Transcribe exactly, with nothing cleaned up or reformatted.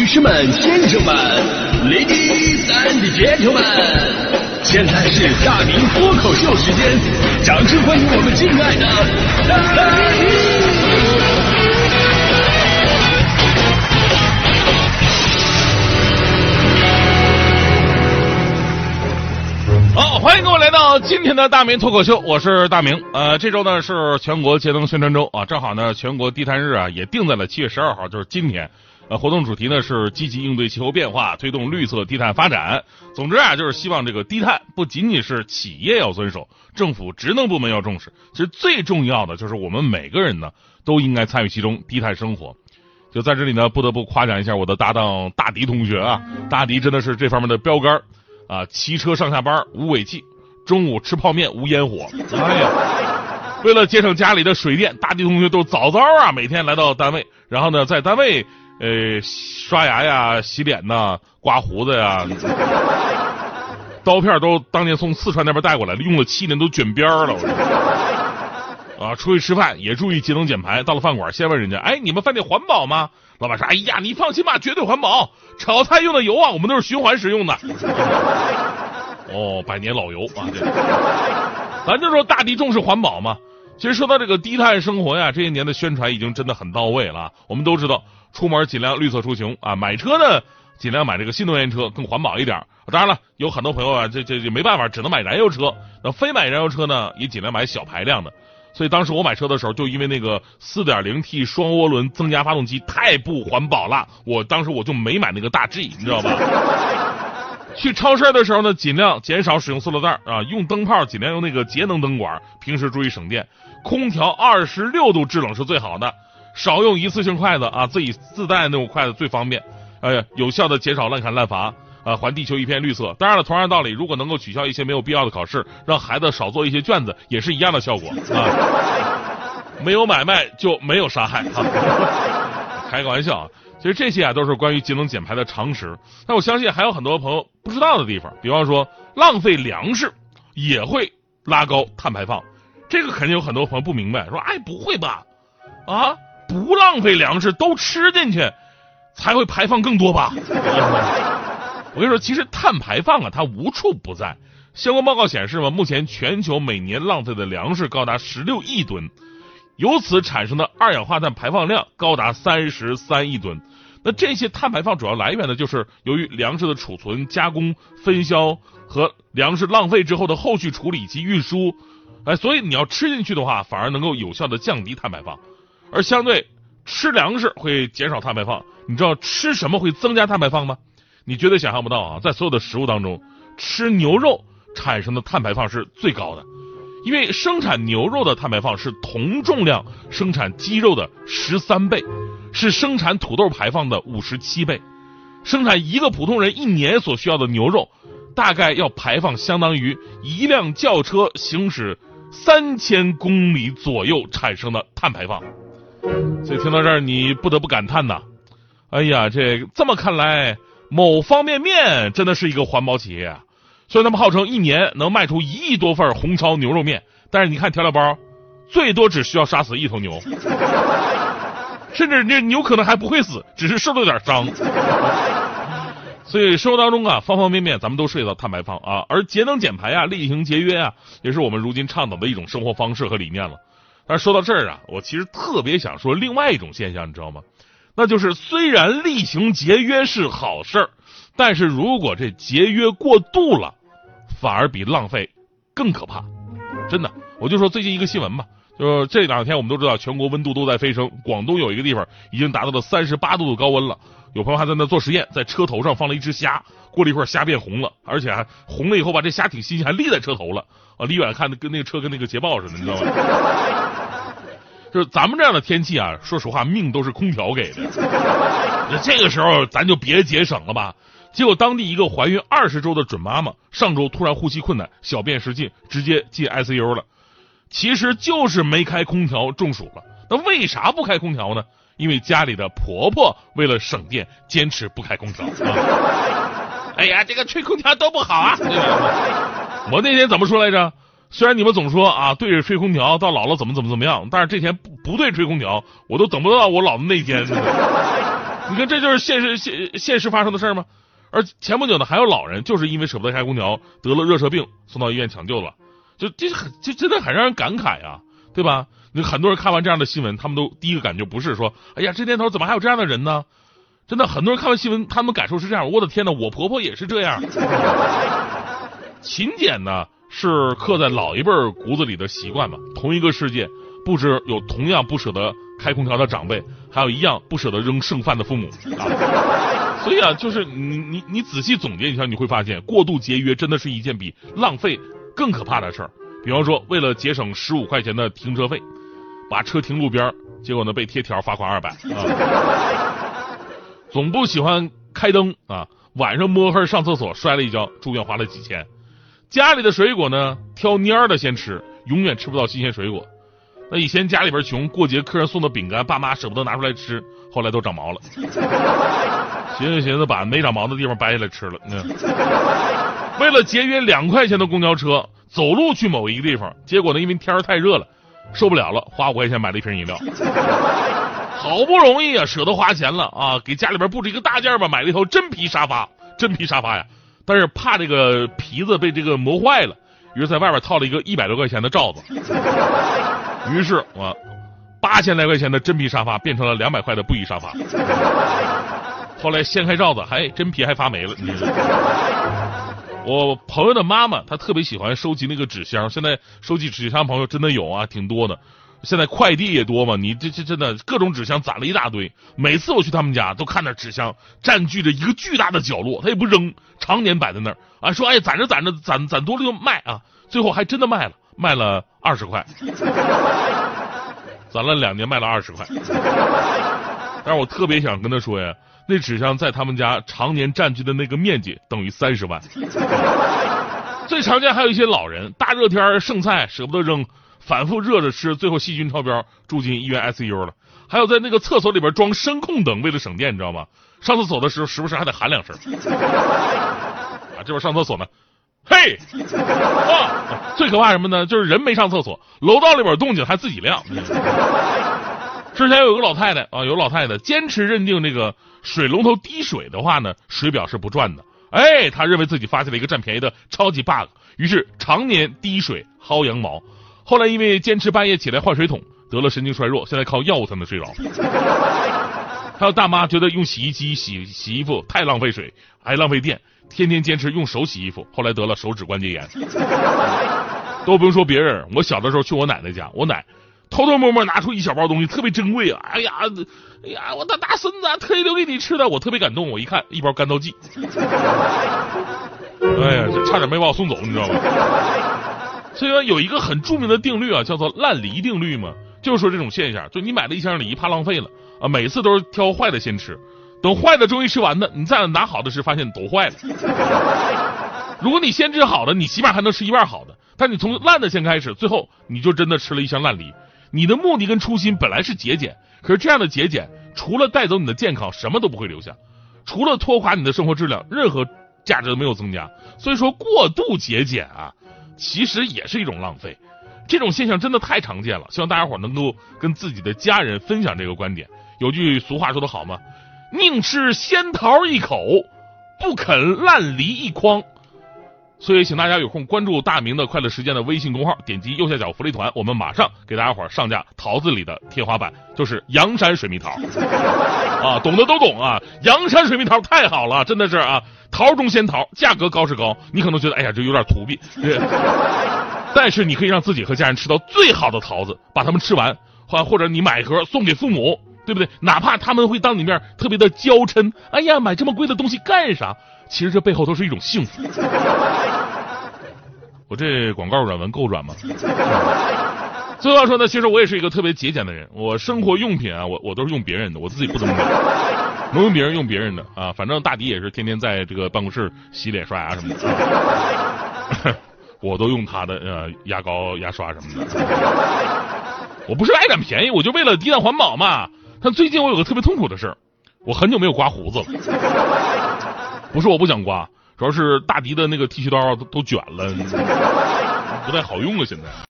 士们、先生们 ，Ladies and Gentlemen， 现在是大明脱口秀时间，掌声欢迎我们敬爱的大明！ 好，欢迎各位来到今天的大明脱口秀，我是大明。呃，这周呢是全国节能宣传周啊，正好呢全国低碳日啊也定在了七月十二号，就是今天。呃，活动主题呢是积极应对气候变化，推动绿色低碳发展。总之啊，就是希望这个低碳不仅仅是企业要遵守，政府职能部门要重视，其实最重要的就是我们每个人呢都应该参与其中，低碳生活。就在这里呢，不得不夸奖一下我的搭档大迪同学啊，大迪真的是这方面的标杆啊，骑车上下班无尾气，中午吃泡面无烟火。哎呀，为了节省家里的水电，大迪同学都早早啊每天来到单位，然后呢在单位呃，刷牙呀、洗脸呐、刮胡子呀，刀片都当年从四川那边带过来了，用了七年都卷边了。我啊，出去吃饭也注意节能减排，到了饭馆先问人家，哎，你们饭店环保吗？老板说，哎呀，你放心吧，绝对环保，炒菜用的油啊，我们都是循环使用的。哦，百年老油啊，这咱就说大地重视环保嘛。其实说到这个低碳生活呀，这些年的宣传已经真的很到位了。我们都知道，出门尽量绿色出行啊，买车呢尽量买这个新能源车，更环保一点。当然了，有很多朋友啊，这这这没办法，只能买燃油车。那非买燃油车呢，也尽量买小排量的。所以当时我买车的时候，就因为那个 四点零 T 双涡轮增压发动机太不环保了，我当时我就没买那个大 G， 你知道吧？去超市的时候呢，尽量减少使用塑料袋啊，用灯泡尽量用那个节能灯管，平时注意省电。空调二十六度制冷是最好的，少用一次性筷子啊，自己自带那种筷子最方便，呃，有效的减少滥砍滥伐，啊，还地球一片绿色。当然了，同样道理，如果能够取消一些没有必要的考试，让孩子少做一些卷子，也是一样的效果啊。没有买卖就没有杀害啊，开个玩笑啊。其实这些啊都是关于节能减排的常识，但我相信还有很多朋友不知道的地方，比方说浪费粮食也会拉高碳排放，这个肯定有很多朋友不明白，说哎不会吧，啊不浪费粮食都吃进去才会排放更多吧？我跟你说，其实碳排放啊它无处不在，相关报告显示嘛，目前全球每年浪费的粮食高达十六亿吨，由此产生的二氧化碳排放量高达三十三亿吨。那这些碳排放主要来源呢，就是由于粮食的储存、加工、分销和粮食浪费之后的后续处理及运输。哎，所以你要吃进去的话，反而能够有效的降低碳排放。而相对吃粮食会减少碳排放，你知道吃什么会增加碳排放吗？你绝对想象不到啊，在所有的食物当中，吃牛肉产生的碳排放是最高的。因为生产牛肉的碳排放是同重量生产鸡肉的十三倍，是生产土豆排放的五十七倍。生产一个普通人一年所需要的牛肉，大概要排放相当于一辆轿车行驶三千公里左右产生的碳排放。所以听到这儿，你不得不感叹呐，哎呀，这这么看来，某方便面真的是一个环保企业啊。虽然他们号称一年能卖出一亿多份红烧牛肉面，但是你看调料包，最多只需要杀死一头牛，甚至这牛可能还不会死，只是受了点伤。所以生活当中啊，方方面面咱们都涉及到碳排放啊，而节能减排啊、厉行节约啊，也是我们如今倡导的一种生活方式和理念了。但是说到这儿啊，我其实特别想说另外一种现象，你知道吗？那就是虽然厉行节约是好事儿，但是如果这节约过度了，反而比浪费更可怕。真的，我就说最近一个新闻吧，就是这两天我们都知道全国温度都在飞升，广东有一个地方已经达到了三十八度的高温了，有朋友还在那做实验，在车头上放了一只虾，过了一会儿虾变红了，而且还红了以后吧，这虾挺新鲜，还立在车头了啊，离远看跟那个车跟那个捷豹似的，你知道吗？就是咱们这样的天气啊，说实话命都是空调给的，这个时候咱就别节省了吧。结果当地一个怀孕二十周的准妈妈上周突然呼吸困难，小便失禁，直接进 I C U 了。其实就是没开空调中暑了。那为啥不开空调呢？因为家里的婆婆为了省电坚持不开空调啊。哎呀，这个吹空调都不好啊。我那天怎么说来着？虽然你们总说啊，对着吹空调到老了怎么怎么怎么样，但是这天不不对吹空调，我都等不到我老的那天。 你看这就是现实现现实发生的事儿吗？而前不久呢，还有老人就是因为舍不得开空调得了热射病，送到医院抢救了，就这很这真的很让人感慨啊，对吧？你很多人看完这样的新闻，他们都第一个感觉不是说，哎呀，这年头怎么还有这样的人呢？真的，很多人看完新闻，他们感受是这样，我的天哪，我婆婆也是这样。勤俭呢是刻在老一辈骨子里的习惯吧。同一个世界，不知有同样不舍得开空调的长辈，还有一样不舍得扔剩饭的父母啊。所以啊，就是你你你仔细总结一下，你会发现，过度节约真的是一件比浪费更可怕的事儿。比方说，为了节省十五块钱的停车费，把车停路边，结果呢被贴条罚款二百啊。总不喜欢开灯啊，晚上摸黑上厕所摔了一跤，住院花了几千。家里的水果呢，挑蔫儿的先吃，永远吃不到新鲜水果。那以前家里边穷，过节客人送的饼干，爸妈舍不得拿出来吃，后来都长毛了。寻思寻思，把没长毛的地方掰下来吃了。嗯、为了节约两块钱的公交车，走路去某一个地方，结果呢，因为天儿太热了，受不了了，花五块钱买了一瓶饮料。好不容易啊，舍得花钱了啊，给家里边布置一个大件吧，买了一套真皮沙发，真皮沙发呀。但是怕这个皮子被这个磨坏了，于是在外边套了一个一百多块钱的罩子。于是我八千来块钱的真皮沙发变成了两百块的布艺沙发。后来掀开罩子，还真皮还发霉了。我朋友的妈妈她特别喜欢收集那个纸箱，现在收集纸箱朋友真的有啊，挺多的。现在快递也多嘛，你这这真的各种纸箱攒了一大堆。每次我去他们家，都看着纸箱占据着一个巨大的角落，他也不扔，常年摆在那儿啊。说哎，攒着攒着攒攒多了就卖啊，最后还真的卖了，卖了二十块，攒了两年卖了二十块。但是我特别想跟他说呀，那纸箱在他们家常年占据的那个面积等于三十万。最常见还有一些老人，大热天剩菜舍不得扔，反复热着吃，最后细菌超标，住进医院 I C U 了。还有在那个厕所里边装声控灯，为了省电，你知道吗？上厕所的时候时不时还得喊两声。啊，这边上厕所呢，嘿，啊，最可怕什么呢？就是人没上厕所，楼道里边动静还自己亮。之前有个老太太啊，有老太太坚持认定这个水龙头滴水的话呢，水表是不转的。哎，她认为自己发现了一个占便宜的超级 bug， 于是常年滴水薅羊毛。后来因为坚持半夜起来换水桶，得了神经衰弱，现在靠药物才能睡着。还有大妈觉得用洗衣机洗洗衣服太浪费水，还浪费电，天天坚持用手洗衣服，后来得了手指关节炎。都不用说别人，我小的时候去我奶奶家，我奶偷偷摸摸拿出一小包东西，特别珍贵啊！哎呀，哎呀，我的大孙子、啊、特意留给你吃的，我特别感动。我一看，一包干燥剂，哎呀，这差点没把我送走，你知道吗？所以说有一个很著名的定律啊，叫做烂梨定律嘛，就是说这种现象，就你买了一箱梨，怕浪费了啊，每次都是挑坏的先吃，等坏的终于吃完的，你再拿好的时，发现都坏了。如果你先吃好的，你起码还能吃一半好的，但你从烂的先开始，最后你就真的吃了一箱烂梨。你的目的跟初心本来是节俭，可是这样的节俭除了带走你的健康，什么都不会留下，除了拖垮你的生活质量，任何价值都没有增加。所以说过度节俭啊，其实也是一种浪费。这种现象真的太常见了，希望大家伙能够跟自己的家人分享这个观点。有句俗话说得好吗？宁吃仙桃一口，不肯烂梨一筐。所以请大家有空关注大明的快乐时间的微信公号，点击右下角福利团，我们马上给大家伙上架桃子里的天花板，就是阳山水蜜桃啊，懂的都懂啊，阳山水蜜桃太好了，真的是啊，桃中仙桃，价格高是高，你可能觉得哎呀这有点土鳖，但是你可以让自己和家人吃到最好的桃子，把它们吃完，或或者你买一盒送给父母，对不对？哪怕他们会当你面特别的娇嗔，哎呀买这么贵的东西干啥？其实这背后都是一种幸福。我这广告软文够软吗？最后说呢，其实我也是一个特别节俭的人，我生活用品啊，我我都是用别人的，我自己不怎么买，能用别人用别人的啊。反正大迪也是天天在这个办公室洗脸刷牙什么的，啊、我都用他的呃牙膏、牙刷什么的。我不是爱占便宜，我就为了低碳环保嘛。但最近我有个特别痛苦的事，我很久没有刮胡子了。不是我不想刮，主要是大迪的那个剃须刀都都卷了，不太好用了现在。